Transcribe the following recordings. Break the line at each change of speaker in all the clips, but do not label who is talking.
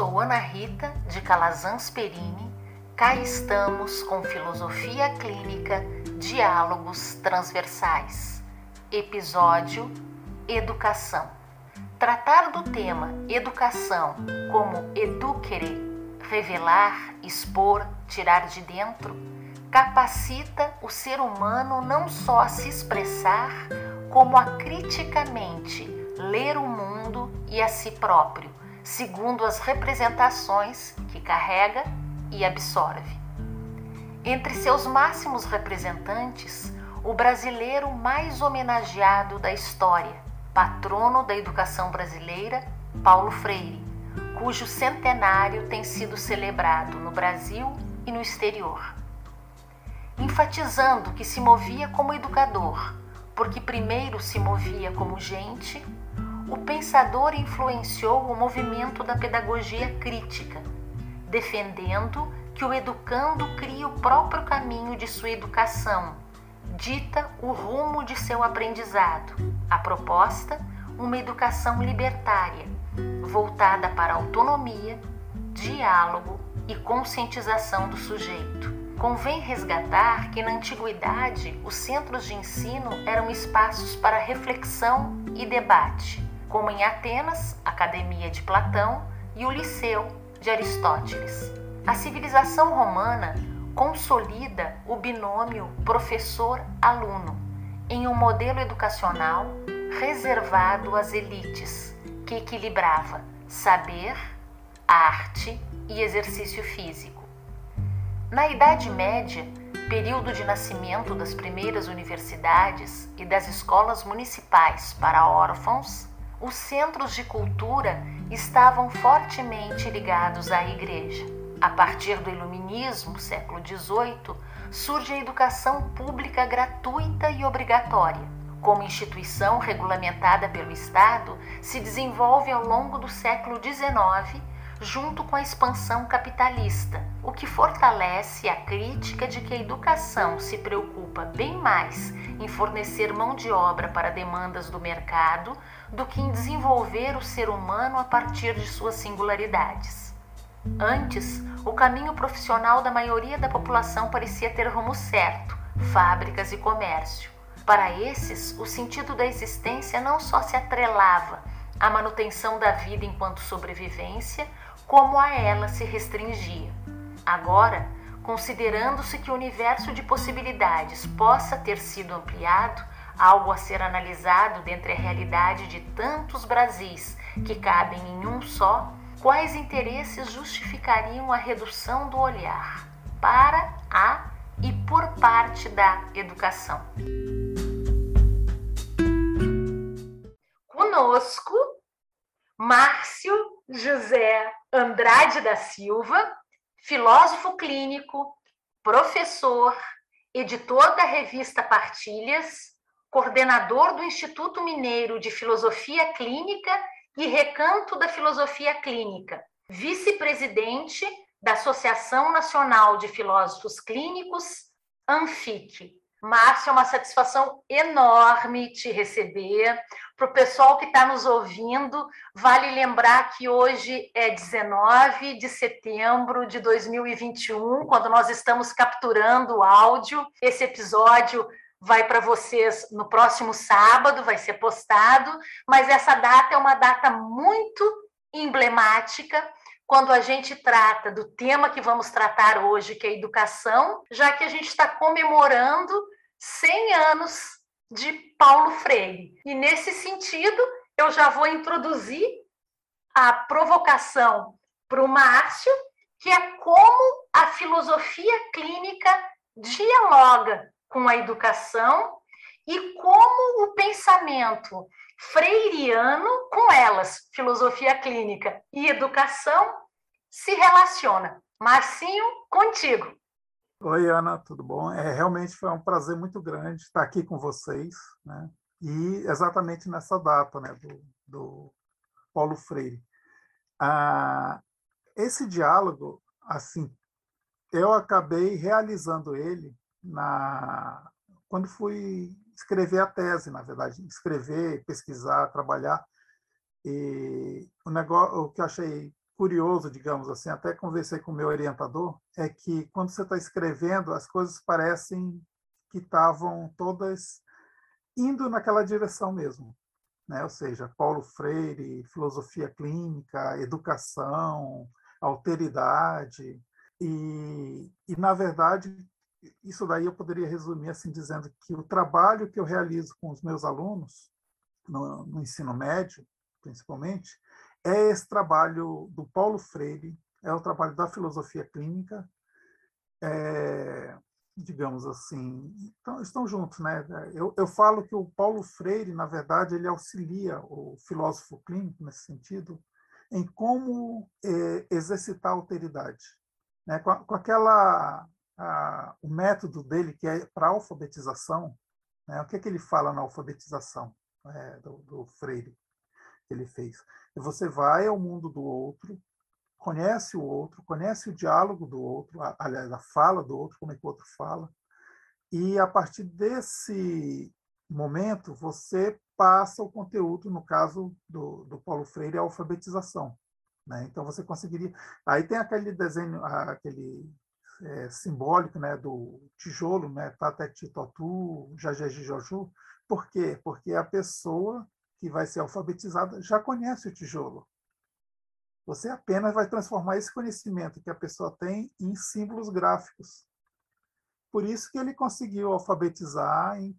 sou Ana Rita, de Calazans Perini. Cá estamos com Filosofia Clínica, Diálogos Transversais. Episódio Educação. Tratar do tema educação como educere, revelar, expor, tirar de dentro, capacita o ser humano não só a se expressar, como a criticamente ler o mundo e a si próprio, segundo as representações que carrega e absorve. Entre seus máximos representantes, o brasileiro mais homenageado da história, patrono da educação brasileira, Paulo Freire, cujo centenário tem sido celebrado no Brasil e no exterior. Enfatizando que se movia como educador, porque primeiro se movia como gente, o pensador influenciou o movimento da pedagogia crítica, defendendo que o educando cria o próprio caminho de sua educação, dita o rumo de seu aprendizado. A proposta, uma educação libertária, voltada para a autonomia, diálogo e conscientização do sujeito. Convém resgatar que na antiguidade os centros de ensino eram espaços para reflexão e debate, como em Atenas, a Academia de Platão, e o Liceu de Aristóteles. A civilização romana consolida o binômio professor-aluno em um modelo educacional reservado às elites, que equilibrava saber, arte e exercício físico. Na Idade Média, período de nascimento das primeiras universidades e das escolas municipais para órfãos, os centros de cultura estavam fortemente ligados à Igreja. A partir do Iluminismo, século XVIII, surge a educação pública gratuita e obrigatória. Como instituição regulamentada pelo Estado, se desenvolve ao longo do século XIX, junto com a expansão capitalista, o que fortalece a crítica de que a educação se preocupa bem mais em fornecer mão de obra para demandas do mercado do que em desenvolver o ser humano a partir de suas singularidades. Antes, o caminho profissional da maioria da população parecia ter rumo certo, fábricas e comércio. Para esses, o sentido da existência não só se atrelava à manutenção da vida enquanto sobrevivência, como a ela se restringia. Agora, considerando-se que o universo de possibilidades possa ter sido ampliado, algo a ser analisado dentre a realidade de tantos Brasis que cabem em um só, quais interesses justificariam a redução do olhar para a e por parte da educação? Conosco, Márcio José Andrade da Silva, filósofo clínico, professor, editor da revista Partilhas, coordenador do Instituto Mineiro de Filosofia Clínica e Recanto da Filosofia Clínica, vice-presidente da Associação Nacional de Filósofos Clínicos, ANFIC. Márcio, é uma satisfação enorme te receber. Para o pessoal que está nos ouvindo, vale lembrar que hoje é 19 de setembro de 2021, quando nós estamos capturando o áudio. Esse episódio vai para vocês no próximo sábado, vai ser postado, mas essa data é uma data muito emblemática quando a gente trata do tema que vamos tratar hoje, que é a educação, já que a gente está comemorando 100 anos de Paulo Freire. E nesse sentido, eu já vou introduzir a provocação para o Márcio, que é como a filosofia clínica dialoga com a educação e como o pensamento freiriano com elas, filosofia clínica e educação, se relaciona. Marcinho, contigo.
Oi, Ana, tudo bom? Realmente foi um prazer muito grande estar aqui com vocês, né? E exatamente nessa data, né, do Paulo Freire. Esse diálogo, assim, eu acabei realizando ele quando fui escrever a tese, na verdade, escrever, pesquisar, trabalhar. E o que eu achei curioso, digamos assim, até conversei com o meu orientador, é que quando você está escrevendo, as coisas parecem que estavam todas indo naquela direção mesmo, né? Ou seja, Paulo Freire, filosofia clínica, educação, alteridade, na verdade, isso daí eu poderia resumir assim, dizendo que o trabalho que eu realizo com os meus alunos, no ensino médio, principalmente, é esse trabalho do Paulo Freire, é o trabalho da filosofia clínica, digamos assim, então, estão juntos, né? Eu falo que o Paulo Freire, na verdade, ele auxilia o filósofo clínico nesse sentido, em como exercitar a alteridade, né? Com aquela o método dele que é para alfabetização, né? O que é que ele fala na alfabetização do Freire que ele fez? Você vai ao mundo do outro, conhece o diálogo do outro, aliás, a fala do outro, como é que o outro fala, e a partir desse momento você passa o conteúdo, no caso do Paulo Freire, a alfabetização, né? Então você conseguiria... Aí tem aquele desenho, aquele simbólico, né, do tijolo, né, Tateti Totu, Jajeji Joju. Por quê? Porque a pessoa que vai ser alfabetizada já conhece o tijolo. Você apenas vai transformar esse conhecimento que a pessoa tem em símbolos gráficos. Por isso que ele conseguiu alfabetizar em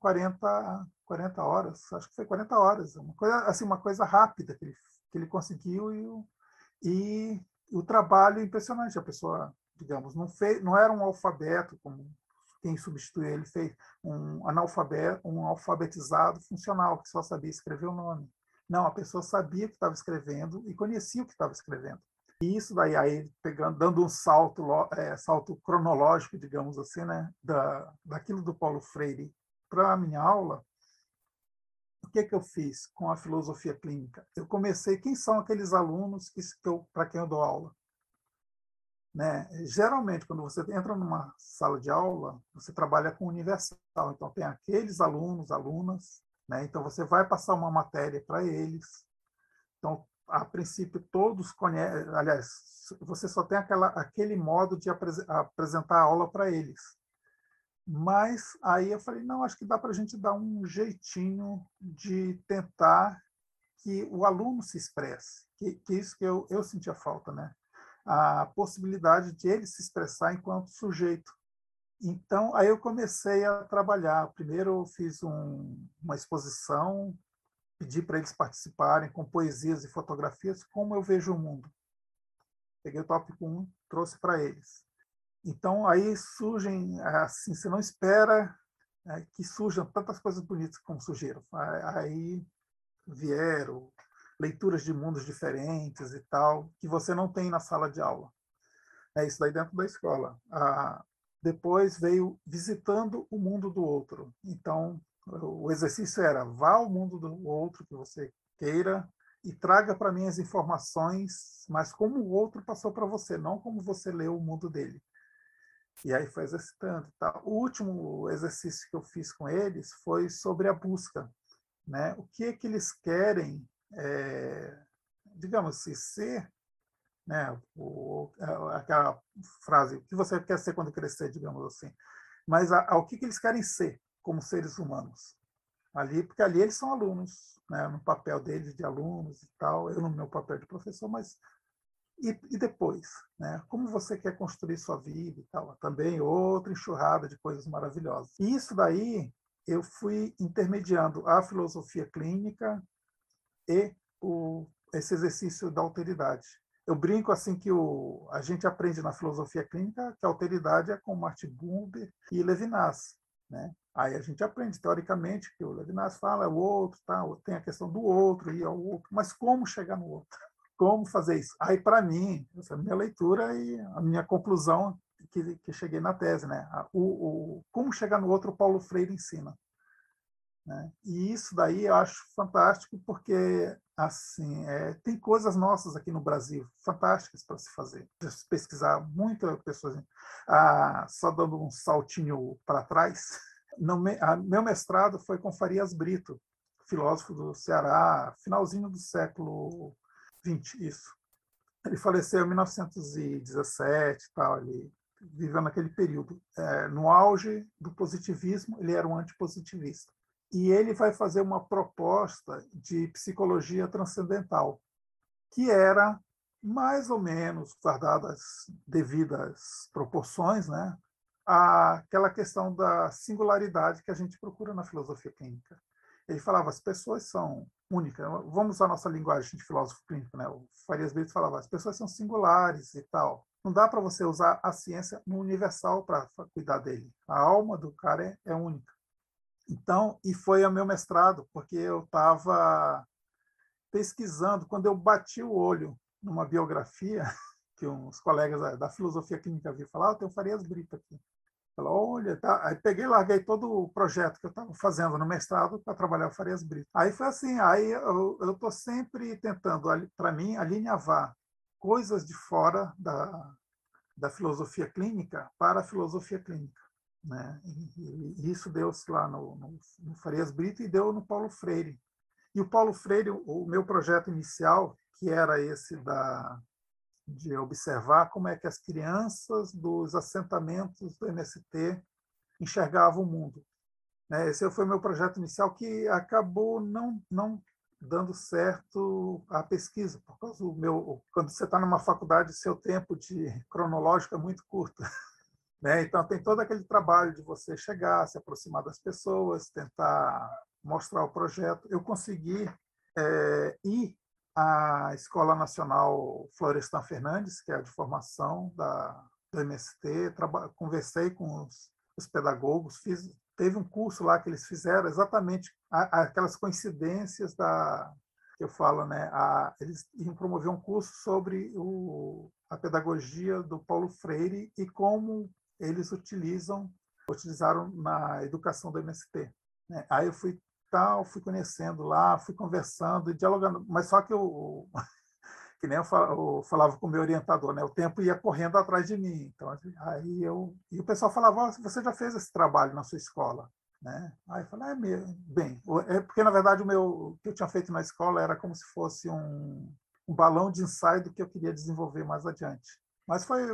40 horas, acho que foi 40 horas, uma coisa rápida que ele conseguiu, e o trabalho é impressionante. A pessoa, digamos, não era um alfabeto, como quem substituiu ele fez, um alfabetizado funcional, que só sabia escrever o nome. Não, a pessoa sabia o que estava escrevendo e conhecia o que estava escrevendo. E isso daí, aí dando um salto cronológico, digamos assim, né, daquilo do Paulo Freire para a minha aula, o que eu fiz com a filosofia clínica? Eu comecei, quem são aqueles alunos para quem eu dou aula? Né? Geralmente, quando você entra numa sala de aula, você trabalha com universal, então tem aqueles alunos, alunas, né? Então você vai passar uma matéria para eles. Então, a princípio, todos conhecem, aliás, você só tem aquele modo de apresentar a aula para eles. Mas aí eu falei, não, acho que dá para a gente dar um jeitinho de tentar que o aluno se expresse, que isso que eu sentia falta, né? A possibilidade de ele se expressar enquanto sujeito. Então, aí eu comecei a trabalhar. Primeiro eu fiz uma exposição, pedi para eles participarem com poesias e fotografias, como eu vejo o mundo. Peguei o tópico 1, trouxe para eles. Então, aí surgem, assim, você não espera que surjam tantas coisas bonitas como surgiram. Aí vieram leituras de mundos diferentes e tal, que você não tem na sala de aula. É isso daí dentro da escola. Depois veio visitando o mundo do outro. Então, o exercício era vá ao mundo do outro que você queira e traga para mim as informações, mas como o outro passou para você, não como você leu o mundo dele. E aí foi exercitando. Tá? O último exercício que eu fiz com eles foi sobre a busca, né? O que é que eles querem, digamos assim, ser, né? Aquela frase, o que você quer ser quando crescer, digamos assim. Mas ao que eles querem ser como seres humanos. Ali, porque ali eles são alunos, né? No papel deles de alunos e tal, eu no meu papel de professor, mas e depois, né? Como você quer construir sua vida e tal? Também outra enxurrada de coisas maravilhosas. E isso daí eu fui intermediando a filosofia clínica e esse exercício da alteridade. Eu brinco assim que a gente aprende na filosofia clínica que a alteridade é com Martin Buber e Levinas, né? Aí a gente aprende teoricamente que o Levinas fala é o outro, tá? Tem a questão do outro e é o outro, mas como chegar no outro? Como fazer isso? Aí para mim, essa é a minha leitura e a minha conclusão que cheguei na tese, né? Como chegar no outro, Paulo Freire ensina. Né? E isso daí eu acho fantástico porque assim tem coisas nossas aqui no Brasil fantásticas para se fazer. Se pesquisar muitas pessoas, só dando um saltinho para trás, meu mestrado foi com Farias Brito, filósofo do Ceará, finalzinho do século XX, isso. Ele faleceu em 1917, tal, ele viveu naquele período. No auge do positivismo, ele era um antipositivista. E ele vai fazer uma proposta de psicologia transcendental, que era mais ou menos, guardadas devidas proporções, né, aquela questão da singularidade que a gente procura na filosofia clínica. Ele falava, as pessoas são únicas. Vamos usar a nossa linguagem de filósofo clínico, né? O Farias Brito falava, as pessoas são singulares e tal. Não dá para você usar a ciência no universal para cuidar dele. A alma do cara é única. Então, e foi o meu mestrado, porque eu estava pesquisando, quando eu bati o olho numa biografia, que uns colegas da filosofia clínica viram falar, tem o Farias Brito aqui. Falou, olha, tá. Aí peguei e larguei todo o projeto que eu estava fazendo no mestrado para trabalhar o Farias Brito. Aí foi assim, aí eu estou sempre tentando, para mim, alinhavar coisas de fora da filosofia clínica para a filosofia clínica. Né? E isso deu-se lá no Farias Brito e deu no Paulo Freire. E o Paulo Freire, o meu projeto inicial, que era esse de observar como é que as crianças dos assentamentos do MST enxergavam o mundo. Esse foi o meu projeto inicial, que acabou não dando certo a pesquisa, por causa do meu, quando você está numa faculdade, seu tempo cronológico é muito curto. Então, tem todo aquele trabalho de você chegar, se aproximar das pessoas, tentar mostrar o projeto. Eu consegui ir à Escola Nacional Florestan Fernandes, que é a de formação do MST, conversei com os pedagogos, teve um curso lá que eles fizeram exatamente aquelas coincidências que eu falo, né? Eles iam promover um curso sobre a pedagogia do Paulo Freire e como eles utilizaram na educação do MST. Né? Aí eu fui conhecendo lá, fui conversando e dialogando, mas só que que nem eu falava com o meu orientador, né? O tempo ia correndo atrás de mim. Então, e o pessoal falava, oh, você já fez esse trabalho na sua escola? Né? Aí eu falei, bem, porque na verdade o que eu tinha feito na escola era como se fosse um balão de ensaio do que eu queria desenvolver mais adiante. Mas foi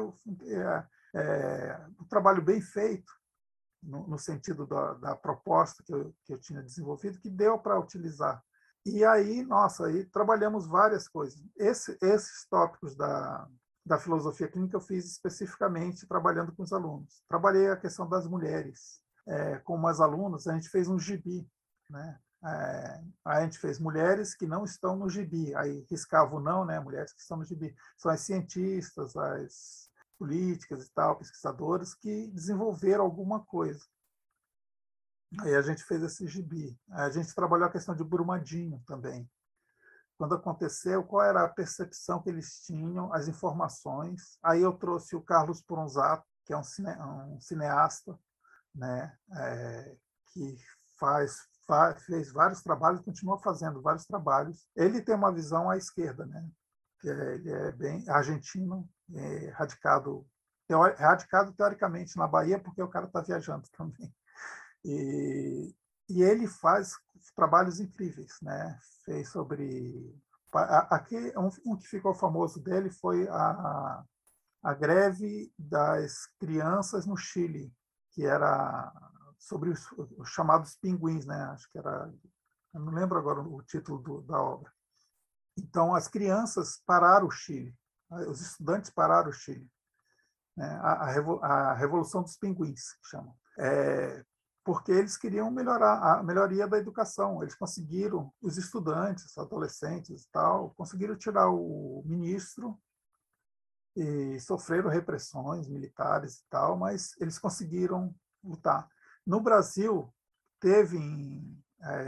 um trabalho bem feito, no sentido da proposta que eu tinha desenvolvido, que deu para utilizar. E aí, nossa, aí trabalhamos várias coisas. Esses tópicos da filosofia clínica eu fiz especificamente trabalhando com os alunos. Trabalhei a questão das mulheres. Com umas alunas, a gente fez um gibi, né? A gente fez mulheres que não estão no gibi. Aí riscava o não, né? Mulheres que estão no gibi. São as cientistas, as políticas e tal, pesquisadoras que desenvolveram alguma coisa. Aí a gente fez esse gibi. A gente trabalhou a questão de Brumadinho também. Quando aconteceu, qual era a percepção que eles tinham, as informações. Aí eu trouxe o Carlos Pronzato, que é um cineasta, né, que fez vários trabalhos, continua fazendo vários trabalhos. Ele tem uma visão à esquerda, né? Ele é bem argentino, radicado teoricamente na Bahia, porque o cara está viajando também. E ele faz trabalhos incríveis, né? Fez sobre... Aqui, um que ficou famoso dele foi a greve das crianças no Chile, que era sobre os chamados pinguins, né? Acho que era... Eu não lembro agora o título da obra. Então, as crianças pararam o Chile, os estudantes pararam o Chile. Né? A Revolução dos Pinguins, que chamam. Porque eles queriam melhorar a melhoria da educação. Eles conseguiram, os estudantes, adolescentes e tal, conseguiram tirar o ministro e sofreram repressões militares e tal, mas eles conseguiram lutar. No Brasil, teve em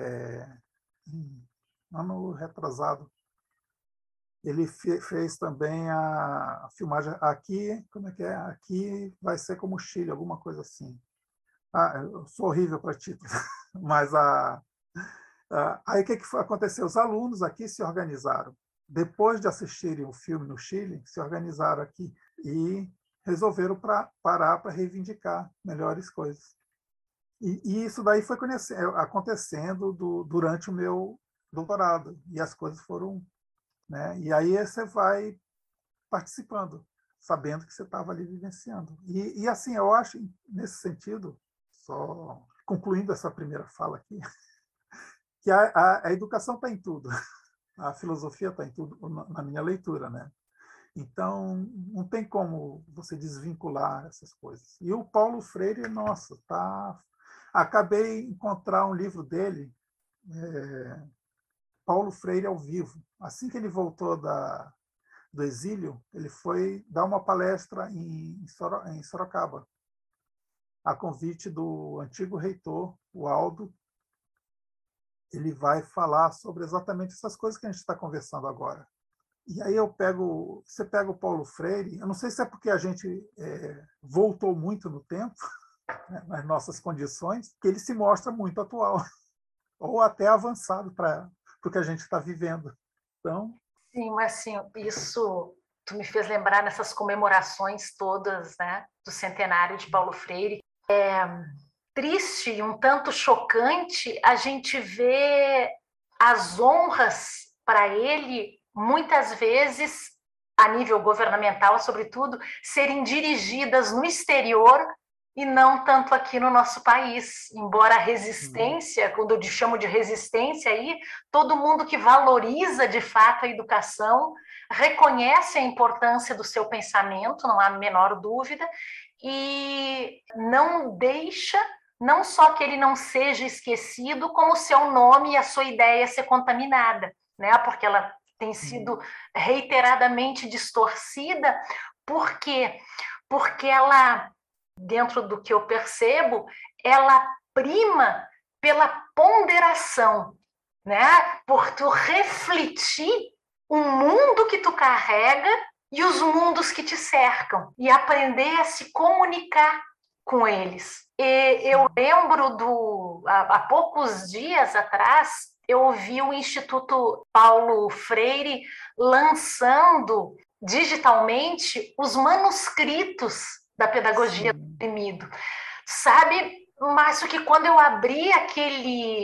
ano retrasado, ele fez também a filmagem aqui, como é que é? Aqui vai ser como o Chile, alguma coisa assim. Eu sou horrível para títulos, mas aí o que aconteceu? Os alunos aqui se organizaram. Depois de assistirem o filme no Chile, se organizaram aqui e resolveram parar para reivindicar melhores coisas. E isso daí foi acontecendo durante o meu doutorado, e as coisas foram... Né? E aí você vai participando, sabendo que você estava ali vivenciando. E assim, eu acho, nesse sentido, só concluindo essa primeira fala aqui, que a educação está em tudo, a filosofia está em tudo, na minha leitura, né? Então, não tem como você desvincular essas coisas. E o Paulo Freire, nossa, tá... Acabei de encontrar um livro dele, Paulo Freire ao vivo. Assim que ele voltou do exílio, ele foi dar uma palestra em Sorocaba, a convite do antigo reitor, o Aldo. Ele vai falar sobre exatamente essas coisas que a gente está conversando agora. E aí você pega o Paulo Freire, eu não sei se é porque a gente voltou muito no tempo, né, nas nossas condições, que ele se mostra muito atual, ou até avançado para o que a gente está vivendo. Então...
Sim, mas assim, isso tu me fez lembrar nessas comemorações todas, né, do centenário de Paulo Freire. É triste e um tanto chocante a gente ver as honras para ele, muitas vezes, a nível governamental, sobretudo, serem dirigidas no exterior e não tanto aqui no nosso país. Embora a resistência, quando eu chamo de resistência aí, todo mundo que valoriza de fato a educação reconhece a importância do seu pensamento, não há a menor dúvida, e não deixa, não só que ele não seja esquecido, como o seu nome e a sua ideia ser contaminada, né? Porque ela tem sido reiteradamente distorcida. Por quê? Porque ela, dentro do que eu percebo, ela prima pela ponderação, né? Por tu refletir o mundo que tu carrega e os mundos que te cercam e aprender a se comunicar com eles. E eu lembro há poucos dias atrás, eu ouvi o Instituto Paulo Freire lançando digitalmente os manuscritos da pedagogia do oprimido. Sabe, Márcio, que quando eu abri aquele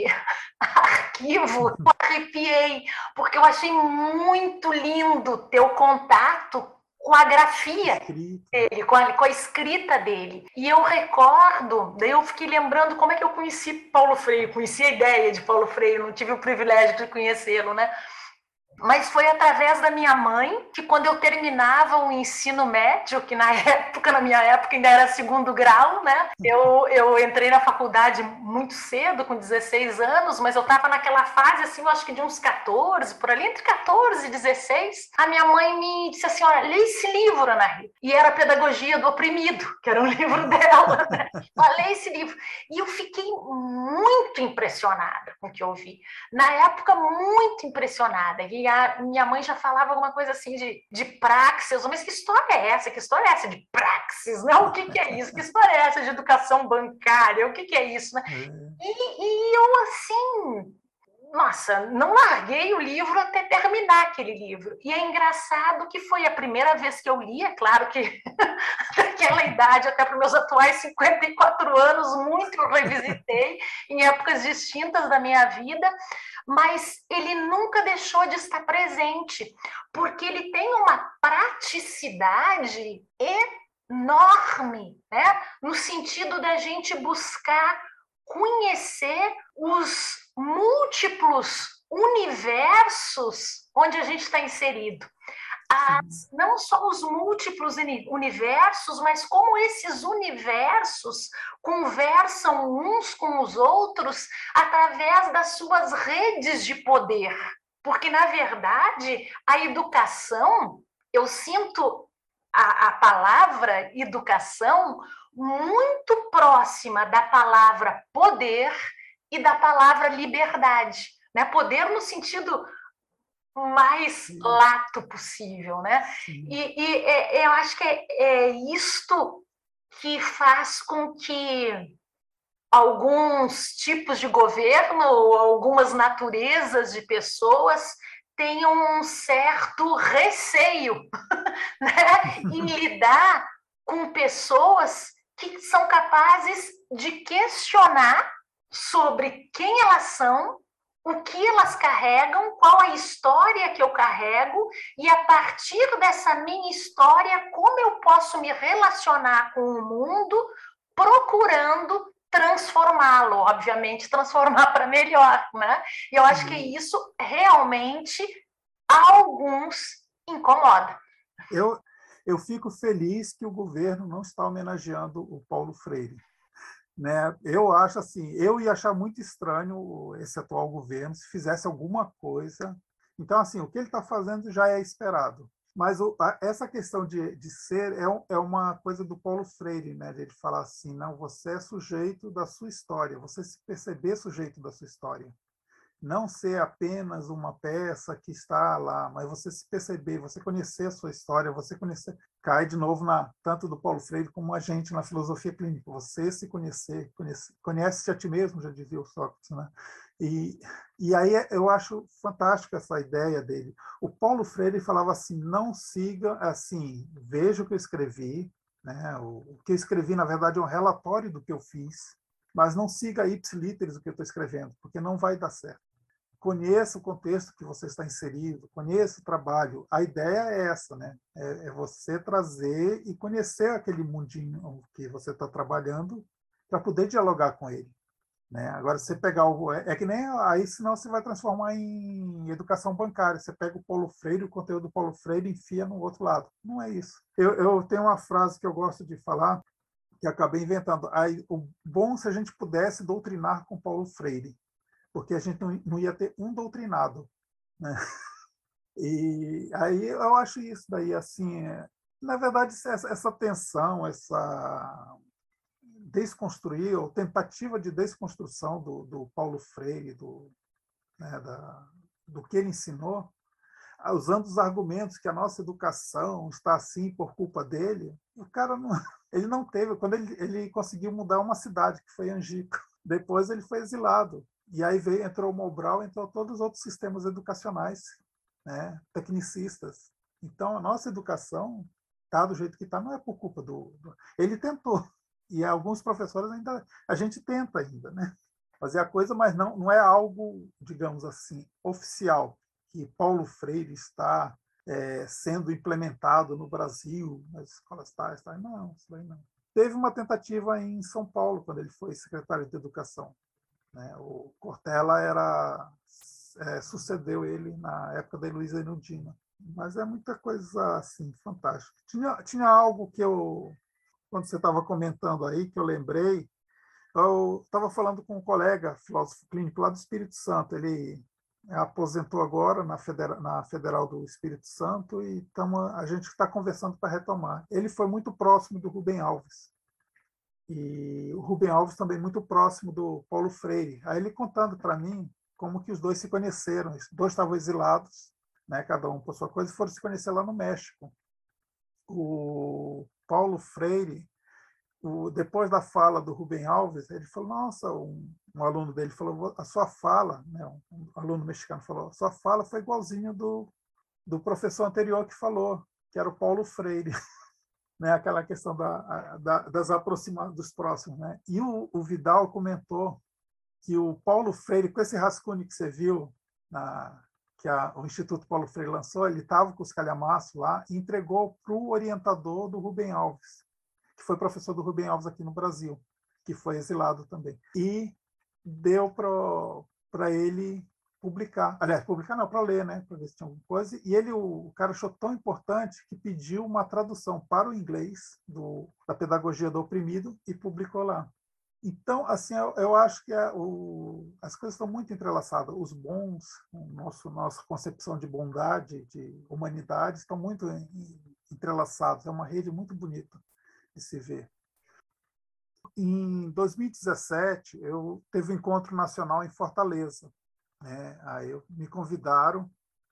arquivo, eu arrepiei, porque eu achei muito lindo ter o contato com a grafia dele, com a escrita dele. E eu recordo, daí eu fiquei lembrando como é que eu conheci Paulo Freire, conheci a ideia de Paulo Freire, não tive o privilégio de conhecê-lo, né? Mas foi através da minha mãe que, quando eu terminava o ensino médio, que na minha época ainda era segundo grau, né? Eu entrei na faculdade muito cedo, com 16 anos, mas eu estava naquela fase, assim, eu acho que de uns 14, por ali, entre 14 e 16. A minha mãe me disse assim, olha, lê esse livro, Ana Rita. E era a Pedagogia do Oprimido, que era um livro dela, né? Lê esse livro. E eu fiquei muito impressionada com o que eu vi. Na época, muito impressionada. E a minha mãe já falava alguma coisa assim de praxis. Mas que história é essa? Que história é essa de praxis? Né? O que é isso? Que história é essa de educação bancária? O que é isso? Né? E eu, assim, nossa, não larguei o livro até terminar aquele livro. E é engraçado que foi a primeira vez que eu li, é claro que daquela idade até para os meus atuais 54 anos, muito eu revisitei em épocas distintas da minha vida, mas ele nunca deixou de estar presente, porque ele tem uma praticidade enorme, né? No sentido da gente buscar conhecer os múltiplos universos onde a gente está inserido. Não só os múltiplos universos, mas como esses universos conversam uns com os outros através das suas redes de poder. Porque, na verdade, a educação, eu sinto a palavra educação muito próxima da palavra poder e da palavra liberdade, né? Poder no sentido mais lato possível, né? E eu acho que é isto que faz com que alguns tipos de governo ou algumas naturezas de pessoas tenham um certo receio, né? Em lidar com pessoas que são capazes de questionar sobre quem elas são, o que elas carregam, qual a história que eu carrego, e a partir dessa minha história, como eu posso me relacionar com o mundo, procurando transformá-lo, obviamente, transformar para melhor, né? E eu acho que isso realmente a alguns incomoda.
Eu fico feliz que o governo não está homenageando o Paulo Freire, né? Eu acho assim, eu ia achar muito estranho esse atual governo se fizesse alguma coisa. Então, assim, o que ele está fazendo já é esperado. Mas essa questão de ser é uma coisa do Paulo Freire, né? De ele falar assim, não, você é sujeito da sua história, você se perceber sujeito da sua história, não ser apenas uma peça que está lá, mas você se perceber, você conhecer a sua história, você conhecer, cai de novo tanto do Paulo Freire como a gente na filosofia clínica, você se conhecer, conhece-te a ti mesmo, já dizia o Sócrates, né? E aí eu acho fantástico essa ideia dele. O Paulo Freire falava assim, não siga, assim, veja o que eu escrevi, né? O que eu escrevi, na verdade, é um relatório do que eu fiz, mas não siga ipsiliteris o que eu estou escrevendo, porque não vai dar certo. Conheça o contexto que você está inserido, conheça o trabalho. A ideia é essa, né? É você trazer e conhecer aquele mundinho que você está trabalhando para poder dialogar com ele, né? Agora, você pegar é que nem aí, senão você vai transformar em educação bancária. Você pega o Paulo Freire, o conteúdo do Paulo Freire, e enfia no outro lado. Não é isso. Eu tenho uma frase que eu gosto de falar, que acabei inventando. Aí, o bom se a gente pudesse doutrinar com Paulo Freire, porque a gente não ia ter um doutrinado, né? E aí eu acho isso daí assim, na verdade essa tensão, essa desconstruir ou tentativa de desconstrução do Paulo Freire, né, do que ele ensinou, usando os argumentos que a nossa educação está assim por culpa dele, o cara não, ele não teve. Quando ele conseguiu mudar uma cidade, que foi Angico, depois ele foi exilado. E aí entrou o Mobral, entrou todos os outros sistemas educacionais, né, tecnicistas. Então, a nossa educação está do jeito que está, não é por culpa Ele tentou, e alguns professores ainda... A gente tenta ainda, né? Fazer a coisa, mas não é algo, digamos assim, oficial, que Paulo Freire está sendo implementado no Brasil, nas escolas tais. Não, isso daí não. Teve uma tentativa em São Paulo, quando ele foi secretário de Educação, né? O Cortella sucedeu ele na época da Heloísa Erundina. Mas é muita coisa assim, fantástica. Tinha algo que quando você estava comentando aí, que eu lembrei, eu estava falando com um colega, filósofo clínico lá do Espírito Santo. Ele aposentou agora na Federal do Espírito Santo e a gente está conversando para retomar. Ele foi muito próximo do Rubem Alves. E o Rubem Alves também muito próximo do Paulo Freire. Aí ele contando para mim como que os dois se conheceram. Os dois estavam exilados, né, cada um por sua coisa, e foram se conhecer lá no México. O Paulo Freire, depois da fala do Rubem Alves, ele falou, nossa, um aluno dele falou, a sua fala, né, um aluno mexicano falou, a sua fala foi igualzinho do professor anterior que falou, que era o Paulo Freire. Né, aquela questão das aproximações dos próximos. Né? E o Vidal comentou que o Paulo Freire, com esse rascunho que você viu, que o Instituto Paulo Freire lançou, ele estava com os calhamaços lá e entregou para o orientador do Rubem Alves, que foi professor do Rubem Alves aqui no Brasil, que foi exilado também. E deu para ele publicar. Aliás, publicar não, para ler, né? Para ver se tinha alguma coisa. E o cara achou tão importante que pediu uma tradução para o inglês da Pedagogia do Oprimido e publicou lá. Então, assim, eu acho que as coisas estão muito entrelaçadas. Os bons, nossa concepção de bondade, de humanidade, estão muito entrelaçados. É uma rede muito bonita de se ver. Em 2017, eu teve um encontro nacional em Fortaleza, né? Aí me convidaram,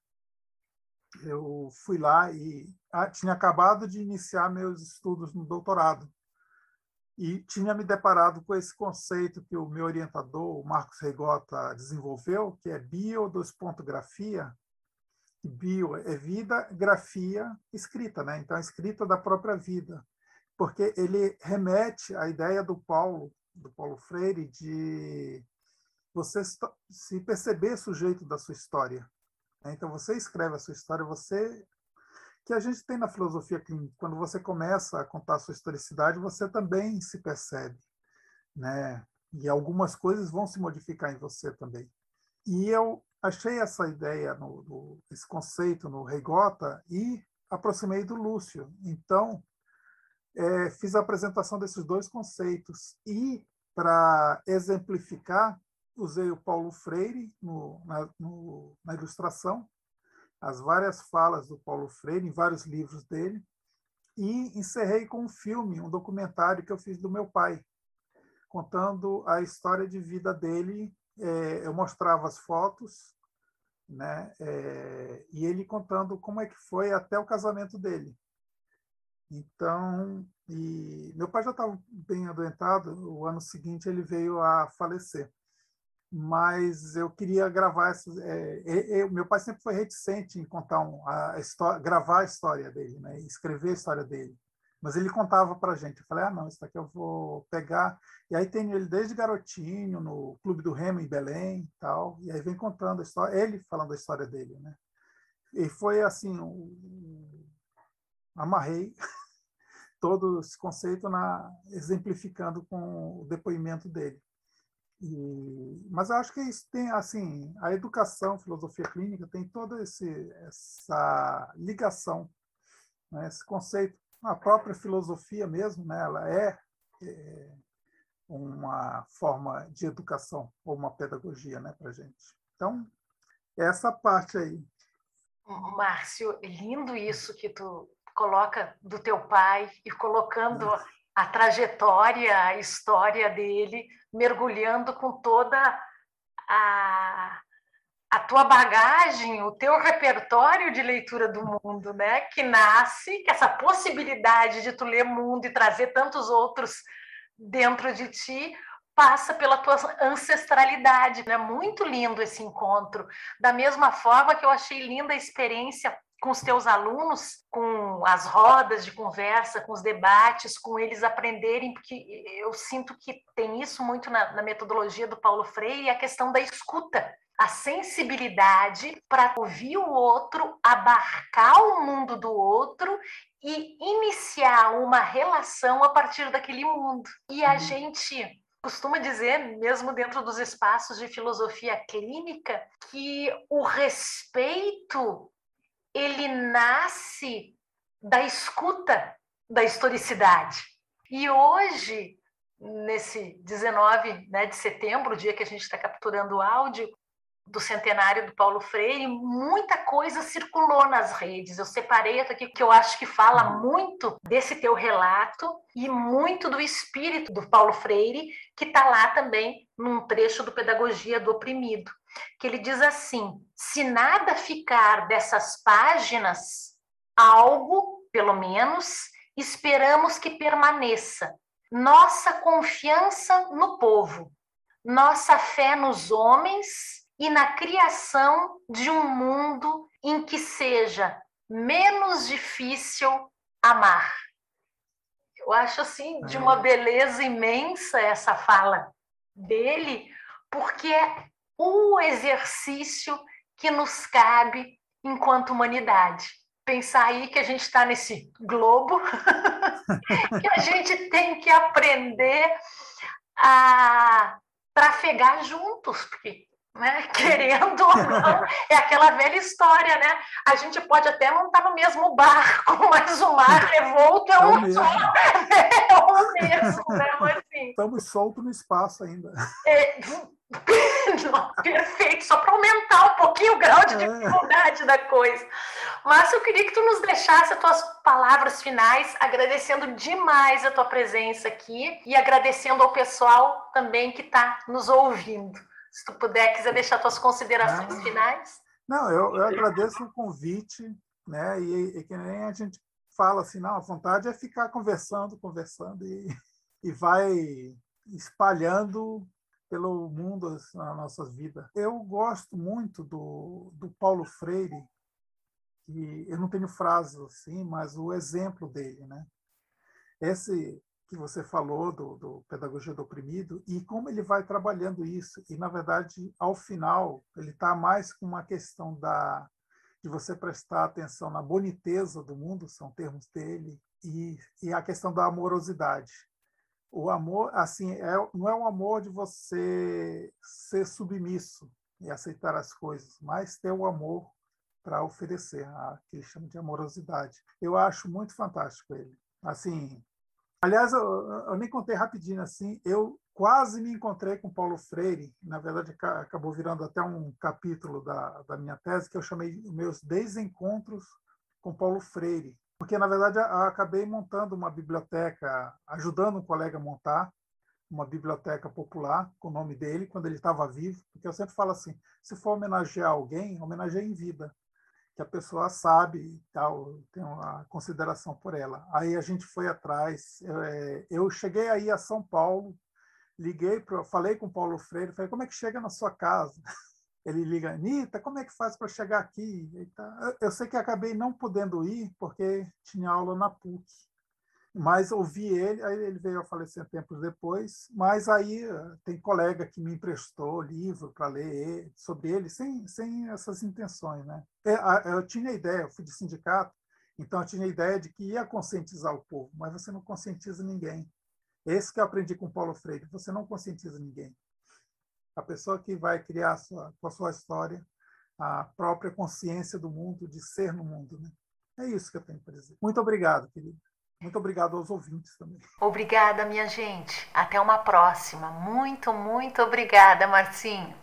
eu fui lá e tinha acabado de iniciar meus estudos no doutorado e tinha me deparado com esse conceito que o meu orientador, o Marcos Reigota, desenvolveu, que é bio-grafia. Bio é vida, grafia, escrita, né? Então, a escrita da própria vida, porque ele remete à ideia do Paulo Freire você se perceber sujeito da sua história, né? Então, você escreve a sua história, que a gente tem na filosofia clínica. Quando você começa a contar a sua historicidade, você também se percebe, né? E algumas coisas vão se modificar em você também. E eu achei essa ideia, esse conceito no Rei Gota e aproximei do Lúcio. Então, fiz a apresentação desses dois conceitos. E, para exemplificar, usei o Paulo Freire na ilustração, as várias falas do Paulo Freire em vários livros dele, e encerrei com um filme, um documentário que eu fiz do meu pai, contando a história de vida dele. Eu mostrava as fotos, né? E ele contando como é que foi até o casamento dele. Então, meu pai já estava bem adoentado, o ano seguinte ele veio a falecer. Mas eu queria gravar meu pai sempre foi reticente em contar gravar a história dele, né? Escrever a história dele. Mas ele contava para a gente. Eu falei, não, isso daqui eu vou pegar. E aí tem ele desde garotinho, no Clube do Remo em Belém e tal. E aí vem contando a história, ele falando a história dele, né? E foi assim, amarrei todo esse conceito exemplificando com o depoimento dele. Mas eu acho que isso tem, assim, a educação, filosofia clínica tem toda essa ligação, né? Esse conceito, a própria filosofia mesmo, né? Ela é uma forma de educação ou uma pedagogia, né, para gente. Então, essa parte aí.
Márcio, lindo isso que tu coloca do teu pai e colocando a trajetória, a história dele, mergulhando com toda a tua bagagem, o teu repertório de leitura do mundo, né? Que nasce, essa possibilidade de tu ler mundo e trazer tantos outros dentro de ti, passa pela tua ancestralidade, né? Muito lindo esse encontro. Da mesma forma que eu achei linda a experiência com os teus alunos, com as rodas de conversa, com os debates, com eles aprenderem, porque eu sinto que tem isso muito na metodologia do Paulo Freire, a questão da escuta, a sensibilidade para ouvir o outro, abarcar o mundo do outro e iniciar uma relação a partir daquele mundo. E a gente costuma dizer, mesmo dentro dos espaços de filosofia clínica, que o respeito ele nasce da escuta, da historicidade. E hoje, nesse 19, né, de setembro, o dia que a gente está capturando o áudio, do centenário do Paulo Freire, muita coisa circulou nas redes. Eu separei aqui que eu acho que fala muito desse teu relato e muito do espírito do Paulo Freire, que está lá também num trecho do Pedagogia do Oprimido, que ele diz assim: se nada ficar dessas páginas, algo, pelo menos, esperamos que permaneça. Nossa confiança no povo, nossa fé nos homens e na criação de um mundo em que seja menos difícil amar. Eu acho assim de uma beleza imensa essa fala dele, porque é o exercício que nos cabe enquanto humanidade. Pensar aí que a gente está nesse globo, que a gente tem que aprender a trafegar juntos, porque, né, querendo ou não, é aquela velha história, né? A gente pode até não estar no mesmo barco, mas o mar revolto é um só, é o mesmo, né? Mas, assim,
estamos soltos no espaço ainda.
Perfeito, só para aumentar um pouquinho o grau de dificuldade da coisa. Mas eu queria que tu nos deixasse as tuas palavras finais, agradecendo demais a tua presença aqui e agradecendo ao pessoal também que está nos ouvindo. Se tu quiser deixar tuas considerações finais.
Não, eu agradeço o convite, né? E que nem a gente fala assim, não, a vontade é ficar conversando e vai espalhando pelo mundo nas nossas vidas. Eu gosto muito do Paulo Freire, e eu não tenho frases assim, mas o exemplo dele, né? que você falou do Pedagogia do Oprimido e como ele vai trabalhando isso. E, na verdade, ao final, ele está mais com uma questão de você prestar atenção na boniteza do mundo, são termos dele, e a questão da amorosidade. O amor, assim, não é um amor de você ser submisso e aceitar as coisas, mas ter o amor para oferecer, que ele chama de amorosidade. Eu acho muito fantástico ele. Assim, aliás, eu nem contei rapidinho assim, eu quase me encontrei com Paulo Freire, na verdade acabou virando até um capítulo da minha tese, que eu chamei meus desencontros com Paulo Freire, porque na verdade eu acabei montando uma biblioteca, ajudando um colega a montar uma biblioteca popular com o nome dele, quando ele estava vivo, porque eu sempre falo assim, se for homenagear alguém, homenageie em vida, que a pessoa sabe e tal, tem uma consideração por ela. Aí a gente foi atrás, eu cheguei aí a São Paulo, falei com o Paulo Freire, falei, como é que chega na sua casa? Ele liga, Anitta, como é que faz para chegar aqui? Eu sei que acabei não podendo ir, porque tinha aula na PUC, mas ouvi ele, aí ele veio a falecer tempos depois, mas aí tem colega que me emprestou livro para ler sobre ele, sem essas intenções, né? Eu tinha ideia, eu fui de sindicato, então eu tinha ideia de que ia conscientizar o povo, mas você não conscientiza ninguém. Esse que eu aprendi com Paulo Freire, você não conscientiza ninguém. A pessoa que vai criar com a sua história a própria consciência do mundo, de ser no mundo, né? É isso que eu tenho para dizer. Muito obrigado, querido. Muito obrigado aos ouvintes também.
Obrigada, minha gente. Até uma próxima. Muito, muito obrigada, Marcinho.